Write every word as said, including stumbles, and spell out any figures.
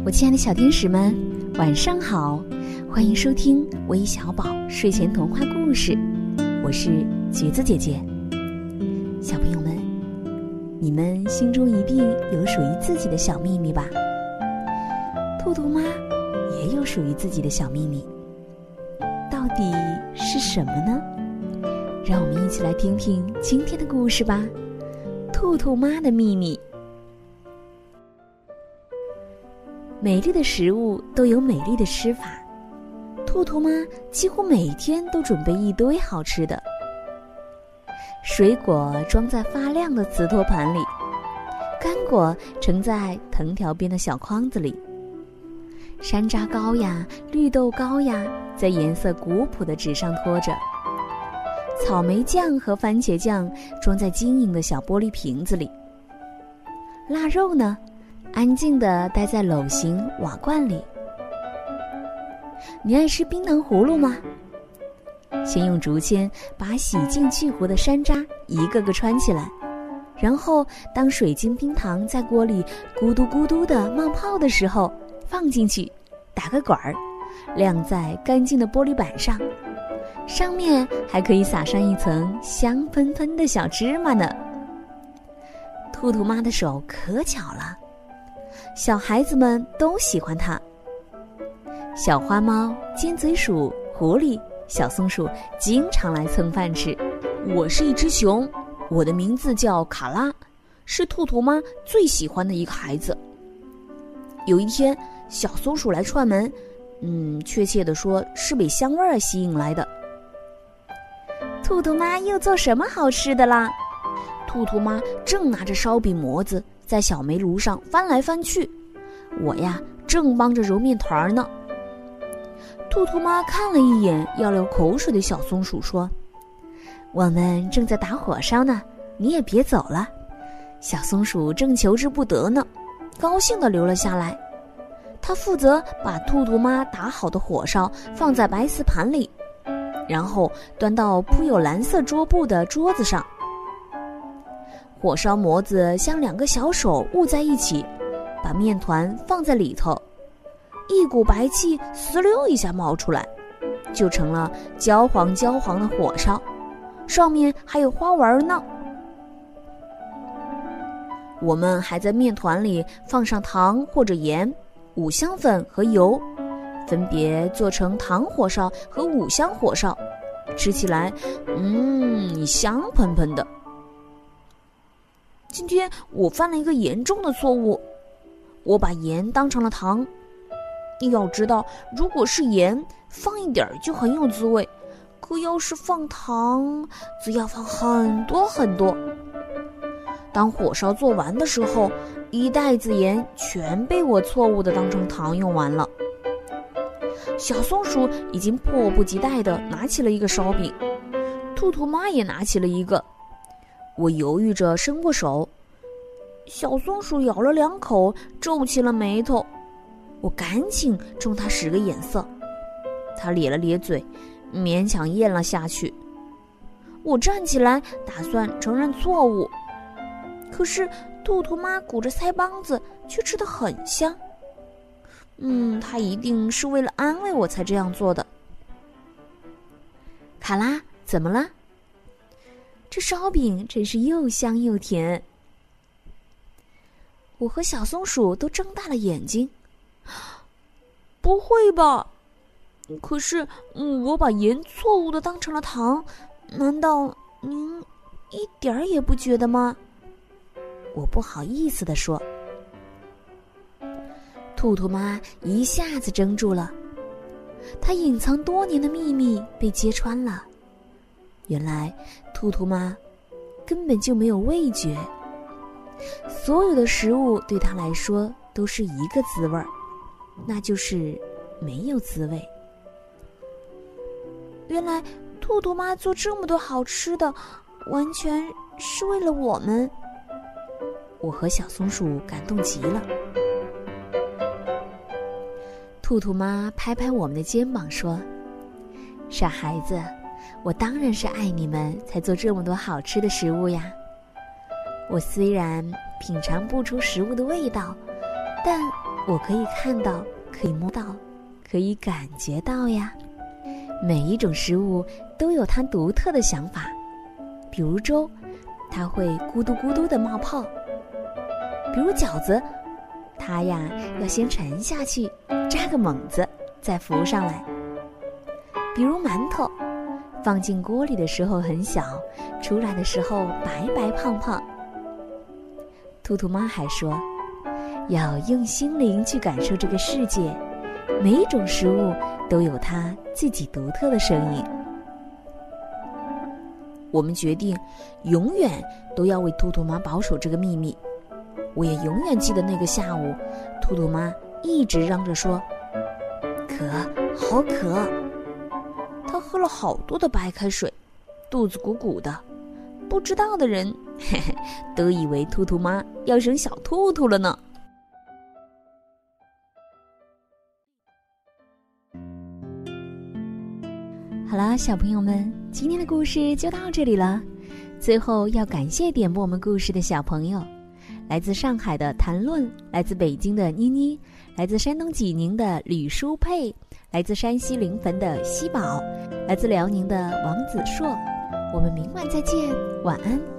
我亲爱的小天使们，晚上好，欢迎收听微小宝睡前童话故事，我是橘子姐姐。小朋友们，你们心中一定有属于自己的小秘密吧？兔兔妈也有属于自己的小秘密，到底是什么呢？让我们一起来听听今天的故事吧。兔兔妈的秘密。美丽的食物都有美丽的吃法，兔兔妈几乎每天都准备一堆好吃的。水果装在发亮的瓷托盘里，干果盛在藤条边的小筐子里，山楂糕呀、绿豆糕呀，在颜色古朴的纸上托着。草莓酱和番茄酱装在晶莹的小玻璃瓶子里。腊肉呢，安静地待在篓形瓦罐里。你爱吃槟榔葫芦吗？先用竹签把洗净去核的山楂一个个穿起来，然后当水晶冰糖在锅里咕嘟咕嘟地冒泡的时候，放进去，打个滚儿，晾在干净的玻璃板上，上面还可以撒上一层香喷喷的小芝麻呢。兔兔妈的手可巧了，小孩子们都喜欢它。小花猫、尖嘴鼠、狐狸、小松鼠经常来蹭饭吃。我是一只熊，我的名字叫卡拉，是兔兔妈最喜欢的一个孩子。有一天，小松鼠来串门，嗯，确切地说是被香味儿吸引来的。兔兔妈又做什么好吃的啦？兔兔妈正拿着烧饼模子在小煤炉上翻来翻去，我呀正帮着揉面团呢。兔兔妈看了一眼要流口水的小松鼠，说：我们正在打火烧呢，你也别走了。小松鼠正求之不得呢，高兴地留了下来。它负责把兔兔妈打好的火烧放在白瓷盘里，然后端到铺有蓝色桌布的桌子上。火烧模子像两个小手握在一起，把面团放在里头，一股白气嘶溜一下冒出来，就成了焦黄焦黄的火烧，上面还有花纹呢。我们还在面团里放上糖或者盐、五香粉和油，分别做成糖火烧和五香火烧，吃起来嗯香喷喷的。今天我犯了一个严重的错误，我把盐当成了糖。你要知道，如果是盐，放一点就很有滋味，可要是放糖，则要放很多很多。当火烧做完的时候，一袋子盐全被我错误地当成糖用完了。小松鼠已经迫不及待地拿起了一个烧饼，兔兔妈也拿起了一个。我犹豫着伸过手，小松鼠咬了两口，皱起了眉头。我赶紧冲它使个眼色，它咧了咧嘴，勉强咽了下去。我站起来打算承认错误，可是兔兔妈鼓着腮帮子却吃得很香。嗯，她一定是为了安慰我才这样做的。卡拉，怎么了？这烧饼真是又香又甜。我和小松鼠都睁大了眼睛。不会吧？可是，嗯，我把盐错误地当成了糖，难道您一点儿也不觉得吗？我不好意思地说。兔兔妈一下子怔住了，她隐藏多年的秘密被揭穿了。原来兔兔妈根本就没有味觉，所有的食物对她来说都是一个滋味儿，那就是没有滋味。原来兔兔妈做这么多好吃的，完全是为了我们。我和小松鼠感动极了。兔兔妈拍拍我们的肩膀说：傻孩子，我当然是爱你们才做这么多好吃的食物呀。我虽然品尝不出食物的味道，但我可以看到，可以摸到，可以感觉到呀。每一种食物都有它独特的想法，比如粥，它会咕嘟咕嘟地冒泡；比如饺子，它呀要先沉下去，扎个猛子，再浮上来；比如馒头，放进锅里的时候很小，出来的时候白白胖胖。兔兔妈还说，要用心灵去感受这个世界，每一种食物都有它自己独特的声音。我们决定永远都要为兔兔妈保守这个秘密。我也永远记得那个下午，兔兔妈一直嚷着说，渴，好渴。她喝了好多的白开水，肚子鼓鼓的，不知道的人嘿嘿都以为兔兔妈要生小兔兔了呢。好啦，小朋友们，今天的故事就到这里了。最后要感谢点播我们故事的小朋友，来自上海的谭论，来自北京的妮妮，来自山东济宁的吕淑佩，来自山西临汾的西宝，来自辽宁的王子硕。我们明晚再见，晚安。